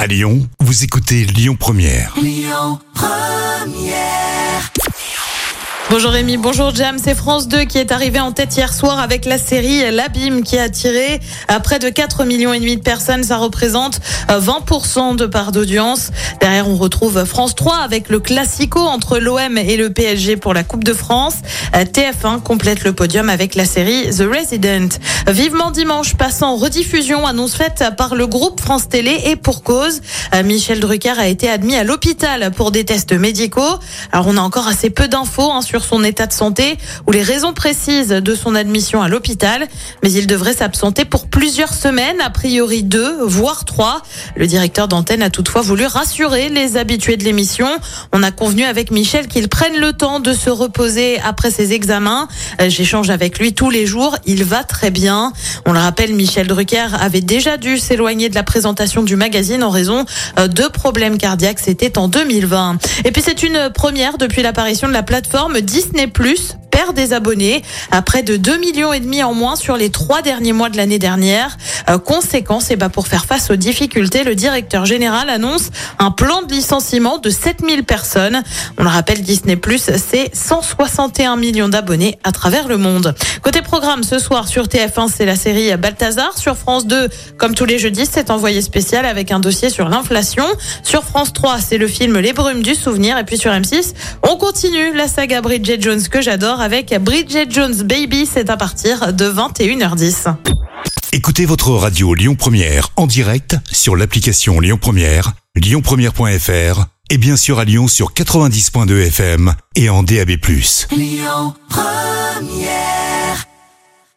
À Lyon, vous écoutez Lyon Première. Lyon Première. Bonjour Rémi, bonjour Jam, c'est France 2 qui est arrivé en tête hier soir avec la série L'Abîme qui a attiré près de 4,5 millions de personnes. Ça représente 20% de part d'audience. Derrière, on retrouve France 3 avec le classico entre l'OM et le PSG pour la Coupe de France. TF1 complète le podium avec la série The Resident. Vivement dimanche, passant en rediffusion, annonce faite par le groupe France Télé et pour cause. Michel Drucker a été admis à l'hôpital pour des tests médicaux. Alors on a encore assez peu d'infos sur son état de santé ou les raisons précises de son admission à l'hôpital, mais il devrait s'absenter pour plusieurs semaines, a priori 2, voire 3. Le directeur d'antenne a toutefois voulu rassurer les habitués de l'émission. On a convenu avec Michel qu'il prenne le temps de se reposer après ses examens. J'échange avec lui tous les jours, il va très bien. On le rappelle, Michel Drucker avait déjà dû s'éloigner de la présentation du magazine en raison de problèmes cardiaques, c'était en 2020. Et puis c'est une première depuis l'apparition de la plateforme Disney+, perd des abonnés à près de 2,5 millions en moins sur les 3 derniers mois de l'année dernière. Conséquence, pour faire face aux difficultés, le directeur général annonce un plan de licenciement de 7000 personnes. On le rappelle, Disney+, c'est 161 millions d'abonnés à travers le monde. Côté programme, ce soir sur TF1, c'est la série Balthazar. Sur France 2, comme tous les jeudis, c'est Envoyé spécial avec un dossier sur l'inflation. Sur France 3, c'est le film Les Brumes du souvenir. Et puis sur M6, on continue la saga Bridget Jones que j'adore avec Bridget Jones Baby. C'est à partir de 21h10. Écoutez votre radio Lyon Première en direct sur l'application Lyon Première, lyonpremière.fr et bien sûr à Lyon sur 90.2 FM et en DAB+. Lyon Première.